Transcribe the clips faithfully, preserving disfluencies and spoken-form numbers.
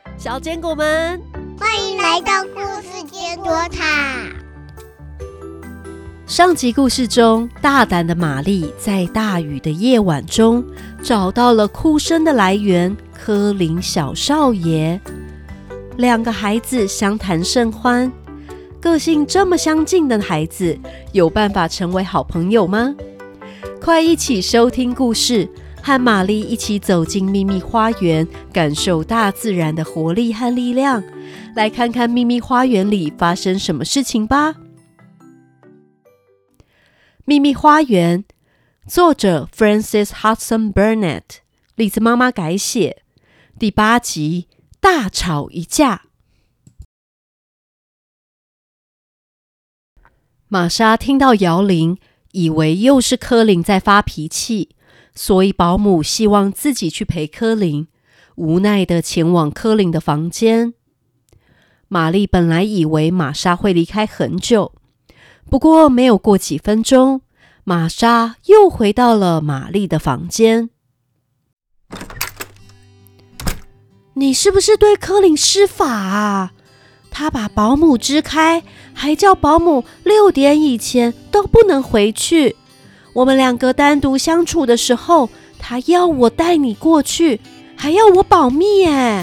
小坚果们， 欢迎来到故事坚果塔。 上集故事中，大胆的玛丽在大雨的夜晚中找到了哭声的来源——柯林小少爷。两个孩子相谈甚欢，个性这么相近的孩子，有办法成为好朋友吗？快一起收听故事，和玛丽一起走进秘密花园，感受大自然的活力和力量。来看看秘密花园里发生什么事情吧。秘密花园，作者 Frances Hudson Burnett， 栗子妈妈改写，第八集，大吵一架。玛莎听到摇铃，以为又是柯林在发脾气，所以保姆希望自己去陪柯林，无奈地前往柯林的房间。玛丽本来以为玛莎会离开很久，不过没有过几分钟，玛莎又回到了玛丽的房间。你是不是对柯林施法啊？他把保姆支开，还叫保姆六点以前都不能回去。我们两个单独相处的时候，他要我带你过去，还要我保密耶。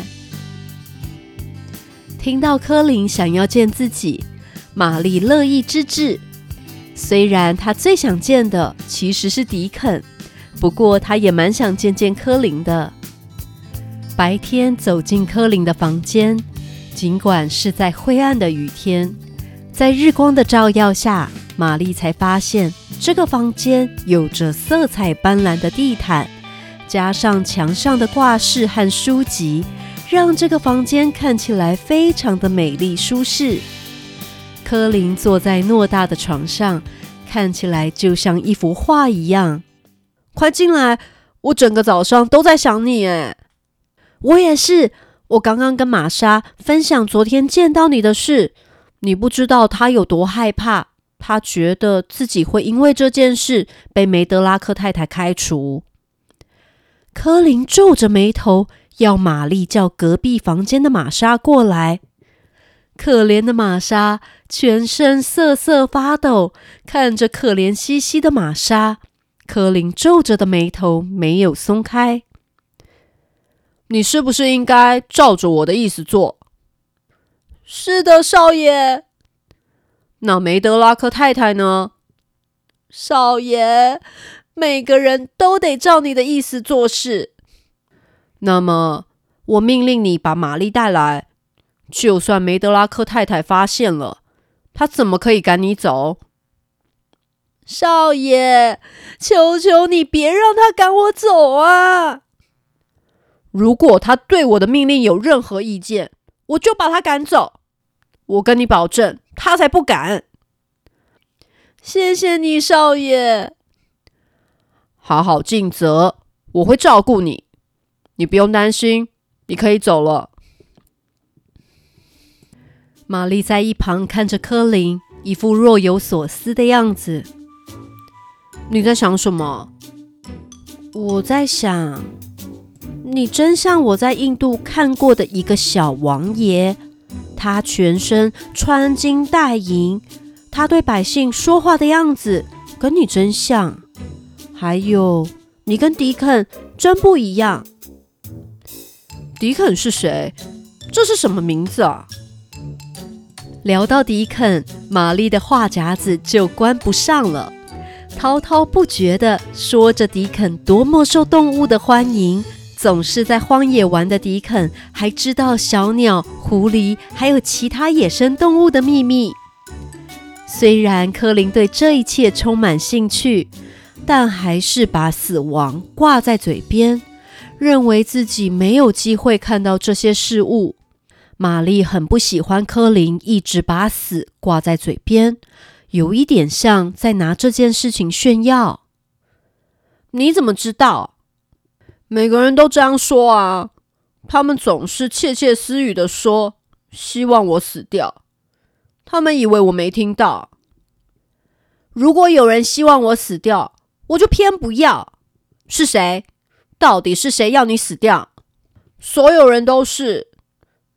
听到柯林想要见自己，玛丽乐意之至。虽然她最想见的其实是迪肯，不过她也蛮想见见柯林的。白天走进柯林的房间，尽管是在灰暗的雨天，在日光的照耀下，玛丽才发现这个房间有着色彩斑斓的地毯，加上墙上的挂饰和书籍，让这个房间看起来非常的美丽舒适。柯林坐在偌大的床上，看起来就像一幅画一样。快进来，我整个早上都在想你耶。我也是，我刚刚跟玛莎分享昨天见到你的事，你不知道她有多害怕，她觉得自己会因为这件事被梅德拉克太太开除。柯林皱着眉头，要玛丽叫隔壁房间的玛莎过来。可怜的玛莎全身瑟瑟发抖，看着可怜兮兮的玛莎，柯林皱着的眉头没有松开。你是不是应该照着我的意思做？是的，少爷。那梅德拉克太太呢？少爷，每个人都得照你的意思做事。那么，我命令你把玛丽带来。就算梅德拉克太太发现了，她怎么可以赶你走？少爷，求求你别让她赶我走啊！如果她对我的命令有任何意见，我就把她赶走。我跟你保证，她才不敢。谢谢你，少爷。好好尽责，我会照顾你。你不用担心，你可以走了。玛丽在一旁看着柯林，一副若有所思的样子。你在想什么？我在想，你真像我在印度看过的一个小王爷，他全身穿金戴银，他对百姓说话的样子跟你真像。还有，你跟迪肯真不一样。迪肯是谁？这是什么名字啊？聊到迪肯，玛丽的话匣子就关不上了，滔滔不绝地说着迪肯多么受动物的欢迎。总是在荒野玩的迪肯，还知道小鸟、狐狸还有其他野生动物的秘密。虽然柯林对这一切充满兴趣，但还是把死亡挂在嘴边，认为自己没有机会看到这些事物。玛丽很不喜欢柯林一直把死挂在嘴边，有一点像在拿这件事情炫耀。你怎么知道？每个人都这样说啊，他们总是窃窃私语地说，希望我死掉。他们以为我没听到。如果有人希望我死掉，我就偏不要。是谁？到底是谁要你死掉？所有人都是。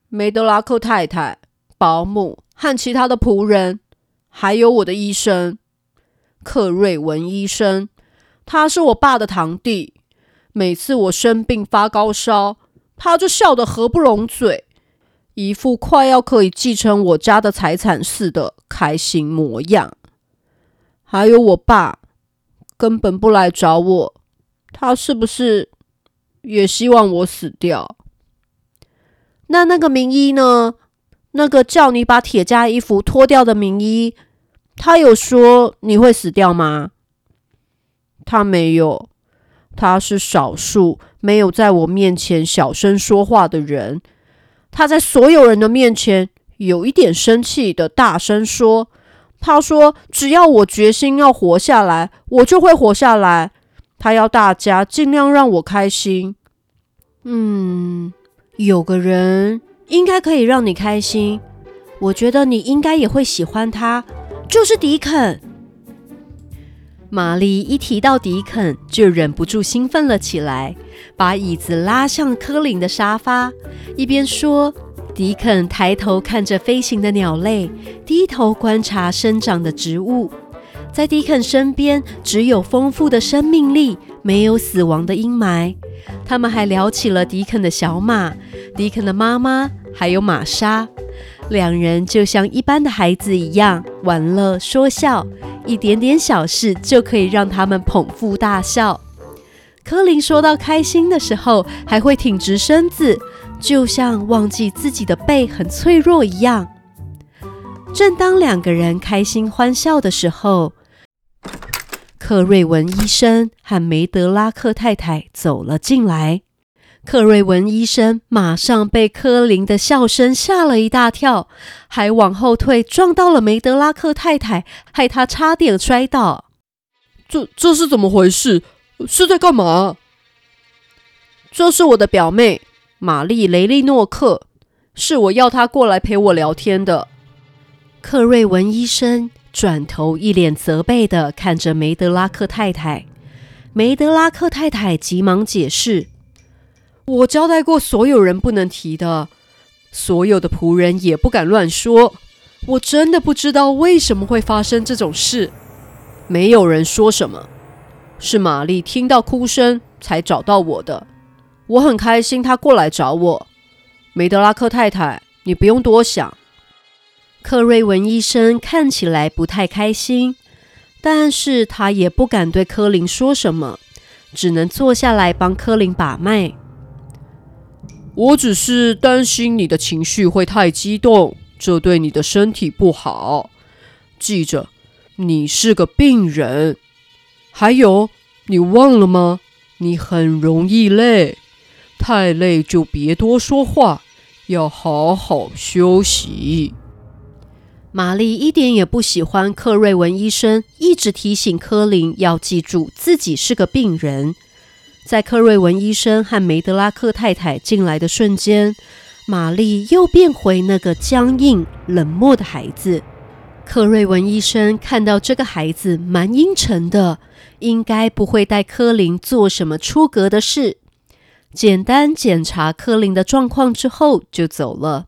梅德拉克太太、保姆和其他的仆人，还有我的医生，克瑞文医生。他是我爸的堂弟，每次我生病发高烧，他就笑得合不拢嘴，一副快要可以继承我家的财产似的开心模样。还有我爸根本不来找我，他是不是也希望我死掉？那那个名医呢？那个叫你把铁架衣服脱掉的名医，他有说你会死掉吗？他没有，他是少数没有在我面前小声说话的人。他在所有人的面前有一点生气的大声说，他说只要我决心要活下来，我就会活下来。他要大家尽量让我开心。嗯，有个人应该可以让你开心，我觉得你应该也会喜欢他，就是迪肯。玛丽一提到迪肯，就忍不住兴奋了起来，把椅子拉向科林的沙发，一边说。迪肯抬头看着飞行的鸟类，低头观察生长的植物。在迪肯身边，只有丰富的生命力，没有死亡的阴霾。他们还聊起了迪肯的小马、迪肯的妈妈，还有玛莎。两人就像一般的孩子一样，玩乐说笑，一点点小事就可以让他们捧腹大笑。科林说到开心的时候，还会挺直身子，就像忘记自己的背很脆弱一样。正当两个人开心欢笑的时候，克瑞文医生和梅德拉克太太走了进来。克瑞文医生马上被科林的笑声吓了一大跳，还往后退，撞到了梅德拉克太太，害她差点摔倒。这这是怎么回事？是在干嘛？这是我的表妹玛丽·雷利诺克，是我要她过来陪我聊天的。克瑞文医生转头一脸责备地看着梅德拉克太太。梅德拉克太太急忙解释，我交代过所有人不能提的，所有的仆人也不敢乱说。我真的不知道为什么会发生这种事。没有人说什么，是玛丽听到哭声才找到我的。我很开心她过来找我。梅德拉克太太，你不用多想。克瑞文医生看起来不太开心，但是他也不敢对科林说什么，只能坐下来帮科林把脉。我只是担心你的情绪会太激动，这对你的身体不好。记着，你是个病人。还有，你忘了吗？你很容易累，太累就别多说话，要好好休息。玛丽一点也不喜欢克瑞文医生一直提醒科林要记住自己是个病人。在克瑞文医生和梅德拉克太太进来的瞬间，玛丽又变回那个僵硬冷漠的孩子。克瑞文医生看到这个孩子蛮阴沉的，应该不会带科林做什么出格的事。简单检查科林的状况之后就走了。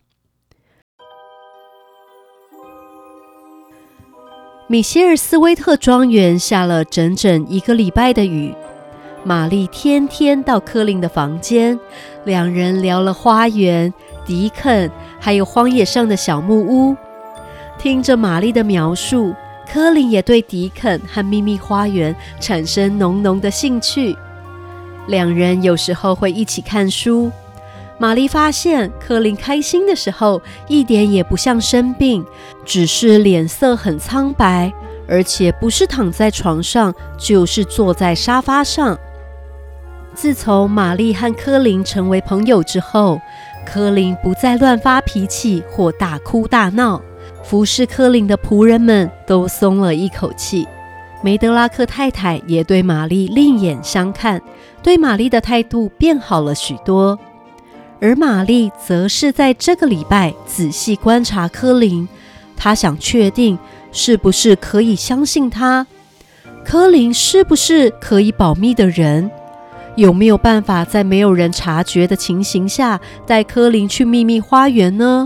米歇尔斯威特庄园下了整整一个礼拜的雨，玛丽天天到科林的房间，两人聊了花园、迪肯，还有荒野上的小木屋。听着玛丽的描述，科林也对迪肯和秘密花园产生浓浓的兴趣。两人有时候会一起看书。玛丽发现科林开心的时候一点也不像生病，只是脸色很苍白，而且不是躺在床上，就是坐在沙发上。自从玛丽和科林成为朋友之后，科林不再乱发脾气或大哭大闹，服侍科林的仆人们都松了一口气。梅德拉克太太也对玛丽另眼相看，对玛丽的态度变好了许多。而玛丽则是在这个礼拜仔细观察科林，她想确定是不是可以相信他，科林是不是可以保密的人， 有没有办法在没有人察觉的情形下带柯林去秘密花园呢？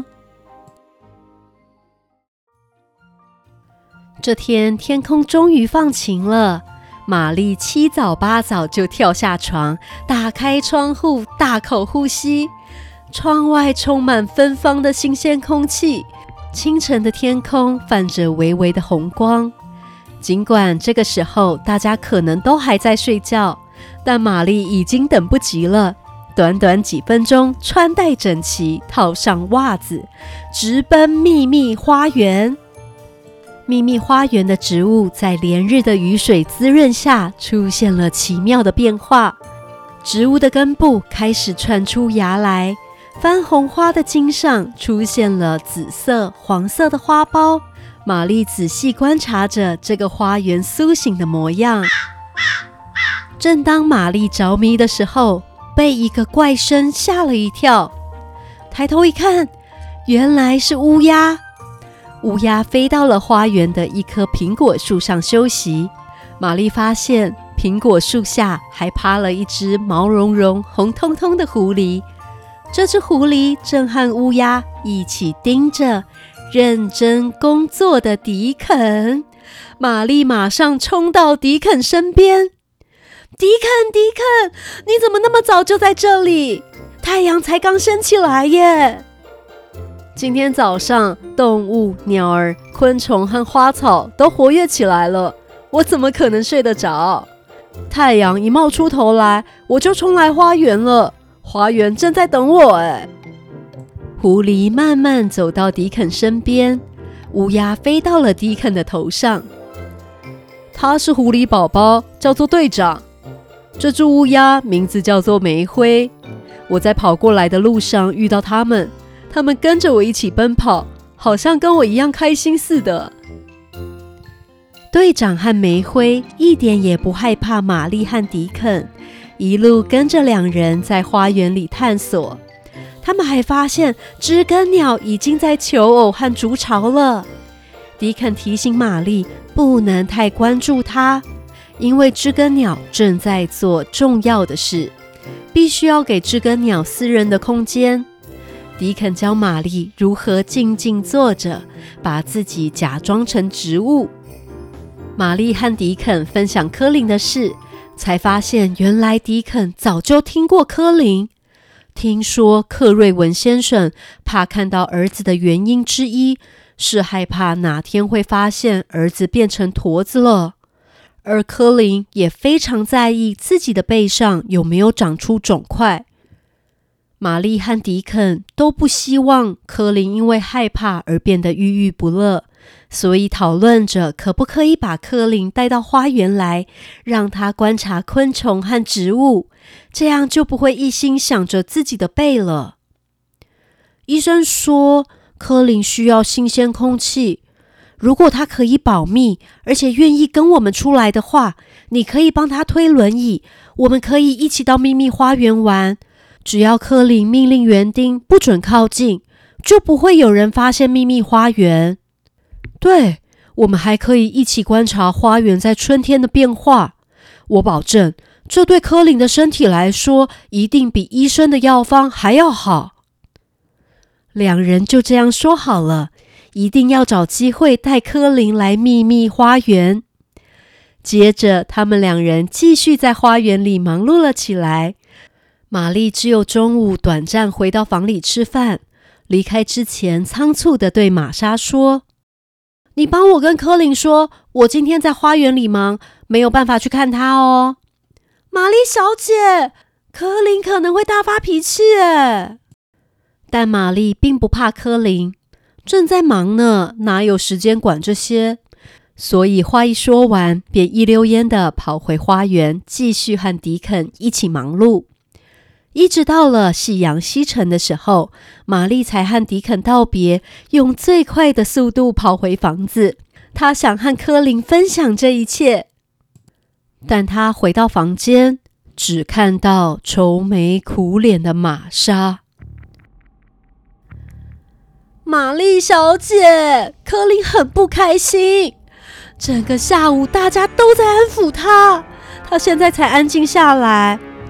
这天天空终于放晴了，玛丽七早八早就跳下床，打开窗户，大口呼吸。窗外充满芬芳的新鲜空气，清晨的天空泛着微微的红光。尽管这个时候大家可能都还在睡觉，但玛丽已经等不及了。短短几分钟，穿戴整齐，套上袜子，直奔秘密花园。秘密花园的植物在连日的雨水滋润下出现了奇妙的变化，植物的根部开始窜出芽来，番红花的茎上出现了紫色、黄色的花苞。玛丽仔细观察着这个花园苏醒的模样。正当玛丽着迷的时候，被一个怪声吓了一跳。抬头一看，原来是乌鸦。乌鸦飞到了花园的一棵苹果树上休息。玛丽发现苹果树下还趴了一只毛茸茸、红彤彤的狐狸。这只狐狸正和乌鸦一起盯着认真工作的迪肯。玛丽马上冲到迪肯身边。迪肯，迪肯，你怎么那么早就在这里？太阳才刚升起来耶！今天早上，动物、鸟儿、昆虫和花草都活跃起来了，我怎么可能睡得着？太阳一冒出头来，我就冲来花园了。花园正在等我哎。狐狸慢慢走到迪肯身边，乌鸦飞到了迪肯的头上。他是狐狸宝宝，叫做队长。这只乌鸦名字叫做玫瑰。我在跑过来的路上遇到他们，他们跟着我一起奔跑，好像跟我一样开心似的。队长和玫瑰一点也不害怕玛丽和迪肯，一路跟着两人在花园里探索。他们还发现知更鸟已经在求偶和筑巢了。迪肯提醒玛丽不能太关注它，因为知更鸟正在做重要的事，必须要给知更鸟私人的空间。迪肯教玛丽如何静静坐着，把自己假装成植物。玛丽和迪肯分享柯林的事，才发现原来迪肯早就听过柯林。听说克瑞文先生怕看到儿子的原因之一，是害怕哪天会发现儿子变成驼子了。而柯林也非常在意自己的背上有没有长出肿块。玛丽和迪肯都不希望柯林因为害怕而变得郁郁不乐，所以讨论着可不可以把柯林带到花园来，让他观察昆虫和植物，这样就不会一心想着自己的背了。医生说柯林需要新鲜空气，如果他可以保密，而且愿意跟我们出来的话，你可以帮他推轮椅，我们可以一起到秘密花园玩。只要柯林命令园丁不准靠近，就不会有人发现秘密花园。对，我们还可以一起观察花园在春天的变化。我保证，这对柯林的身体来说，一定比医生的药方还要好。两人就这样说好了，一定要找机会带柯林来秘密花园。接着，他们两人继续在花园里忙碌了起来。玛丽只有中午短暂回到房里吃饭，离开之前仓促地对玛莎说：“你帮我跟柯林说，我今天在花园里忙，没有办法去看他哦。”玛丽小姐，柯林可能会大发脾气耶。但玛丽并不怕柯林，正在忙呢，哪有时间管这些？所以话一说完，便一溜烟地跑回花园，继续和迪肯一起忙碌。一直到了夕阳西沉的时候，玛丽才和迪肯道别，用最快的速度跑回房子。她想和柯林分享这一切，但她回到房间，只看到愁眉苦脸的玛莎。玛丽小姐，柯林很不开心，整个下午大家都在安抚他，他现在才安静下来。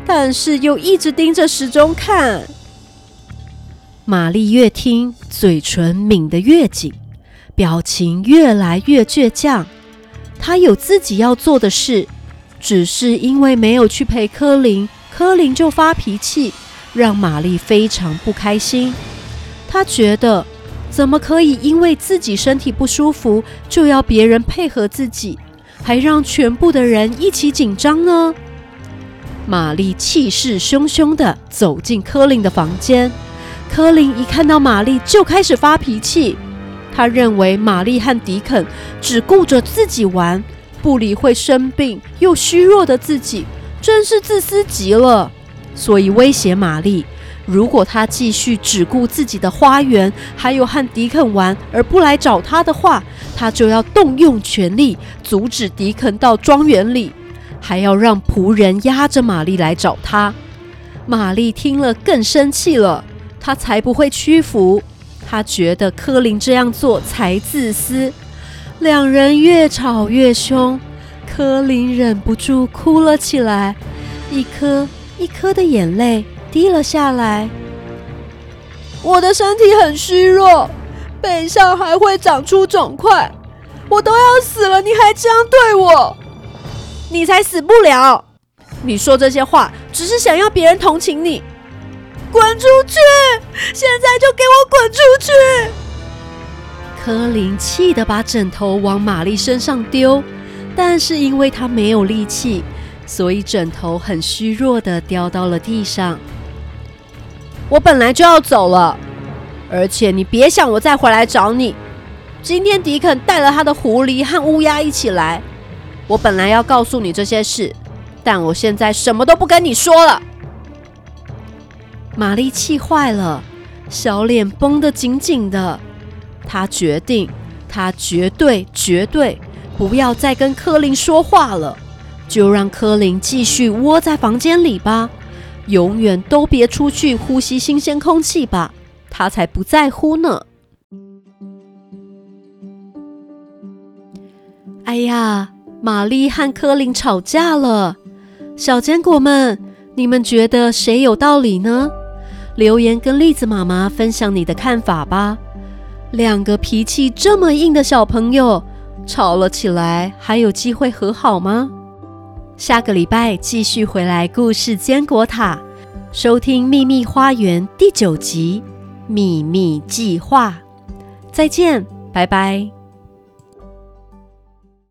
但是又一直盯着时钟看。玛丽越听，嘴唇抿得越紧，表情越来越倔强。她有自己要做的事，只是因为没有去陪柯林，柯林就发脾气，让玛丽非常不开心。她觉得，怎么可以因为自己身体不舒服，就要别人配合自己，还让全部的人一起紧张呢？玛丽气势汹汹地走进柯林的房间，柯林一看到玛丽就开始发脾气。他认为玛丽和迪肯只顾着自己玩，不理会生病又虚弱的自己，真是自私极了。所以威胁玛丽，如果他继续只顾自己的花园，还有和迪肯玩，而不来找他的话，他就要动用全力阻止迪肯到庄园里，还要让仆人押着玛丽来找他。玛丽听了更生气了，她才不会屈服。她觉得柯林这样做才自私。两人越吵越凶，柯林忍不住哭了起来，一颗一颗的眼泪滴了下来。我的身体很虚弱，背上还会长出肿块，我都要死了，你还这样对我？你才死不了！你说这些话只是想要别人同情你。滚出去！现在就给我滚出去！柯林气得把枕头往玛丽身上丢，但是因为他没有力气，所以枕头很虚弱地掉到了地上。我本来就要走了，而且你别想我再回来找你。今天迪肯带了他的狐狸和乌鸦一起来，我本来要告诉你这些事，但我现在什么都不跟你说了。玛丽气坏了，小脸绷得紧紧的。她决定，她绝对绝对不要再跟柯林说话了，就让柯林继续窝在房间里吧，永远都别出去呼吸新鲜空气吧，她才不在乎呢。哎呀，玛丽和柯林吵架了。小坚果们，你们觉得谁有道理呢？留言跟栗子妈妈分享你的看法吧。两个脾气这么硬的小朋友吵了起来，还有机会和好吗？下个礼拜继续回来故事坚果塔，收听秘密花园第九集秘密计划。再见，拜拜。